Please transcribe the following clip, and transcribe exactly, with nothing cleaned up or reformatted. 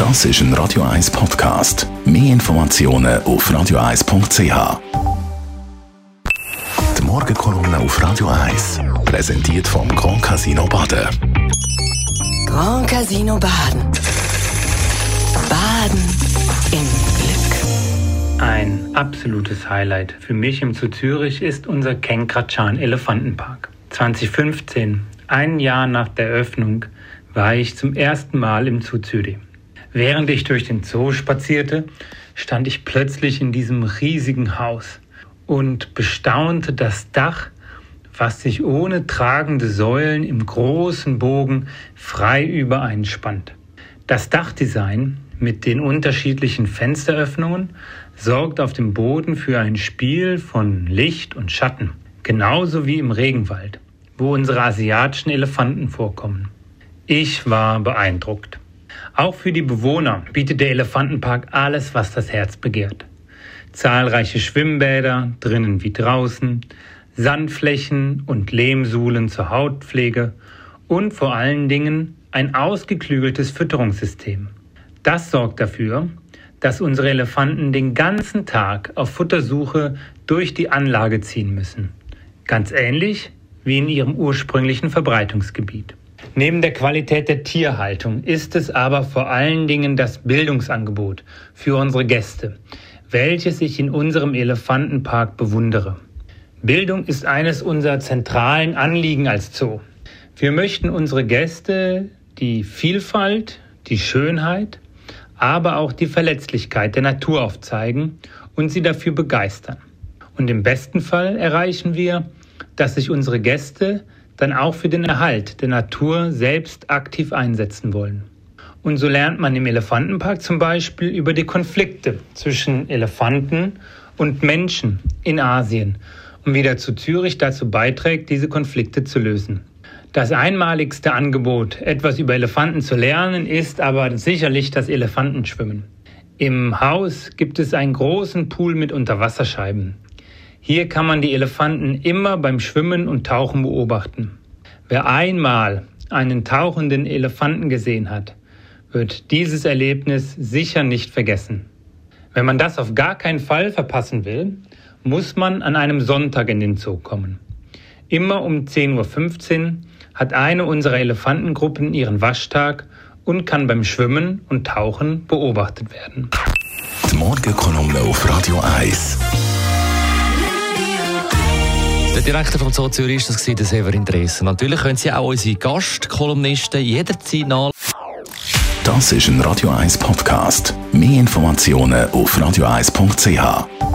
Das ist ein Radio eins Podcast. Mehr Informationen auf radio eins punkt c h. Die Morgenkolumne auf Radio eins. Präsentiert vom Grand Casino Baden. Grand Casino Baden. Baden im Glück. Ein absolutes Highlight für mich im Zoo Zürich ist unser Kenkratschan Elefantenpark. zwanzig fünfzehn, ein Jahr nach der Eröffnung, war ich zum ersten Mal im Zoo Zürich. Während ich durch den Zoo spazierte, stand ich plötzlich in diesem riesigen Haus und bestaunte das Dach, was sich ohne tragende Säulen im großen Bogen frei übereinspannt. Das Dachdesign mit den unterschiedlichen Fensteröffnungen sorgt auf dem Boden für ein Spiel von Licht und Schatten, genauso wie im Regenwald, wo unsere asiatischen Elefanten vorkommen. Ich war beeindruckt. Auch für die Bewohner bietet der Elefantenpark alles, was das Herz begehrt. Zahlreiche Schwimmbäder, drinnen wie draußen, Sandflächen und Lehmsuhlen zur Hautpflege und vor allen Dingen ein ausgeklügeltes Fütterungssystem. Das sorgt dafür, dass unsere Elefanten den ganzen Tag auf Futtersuche durch die Anlage ziehen müssen. Ganz ähnlich wie in ihrem ursprünglichen Verbreitungsgebiet. Neben der Qualität der Tierhaltung ist es aber vor allen Dingen das Bildungsangebot für unsere Gäste, welches ich in unserem Elefantenpark bewundere. Bildung ist eines unserer zentralen Anliegen als Zoo. Wir möchten unsere Gäste die Vielfalt, die Schönheit, aber auch die Verletzlichkeit der Natur aufzeigen und sie dafür begeistern. Und im besten Fall erreichen wir, dass sich unsere Gäste dann auch für den Erhalt der Natur selbst aktiv einsetzen wollen. Und so lernt man im Elefantenpark zum Beispiel über die Konflikte zwischen Elefanten und Menschen in Asien und wie der Zoo Zürich dazu beiträgt, diese Konflikte zu lösen. Das einmaligste Angebot, etwas über Elefanten zu lernen, ist aber sicherlich das Elefantenschwimmen. Im Haus gibt es einen großen Pool mit Unterwasserscheiben. Hier kann man die Elefanten immer beim Schwimmen und Tauchen beobachten. Wer einmal einen tauchenden Elefanten gesehen hat, wird dieses Erlebnis sicher nicht vergessen. Wenn man das auf gar keinen Fall verpassen will, muss man an einem Sonntag in den Zoo kommen. Immer um zehn Uhr fünfzehn hat eine unserer Elefantengruppen ihren Waschtag und kann beim Schwimmen und Tauchen beobachtet werden. Die Morgenkolumne auf Radio eins. Der Direktor vom Zoo Zürich war das, der Severin Dressen. Natürlich können Sie auch unsere Gastkolumnisten jederzeit nach. Das ist ein Radio eins Podcast. Mehr Informationen auf radio eins punkt c h.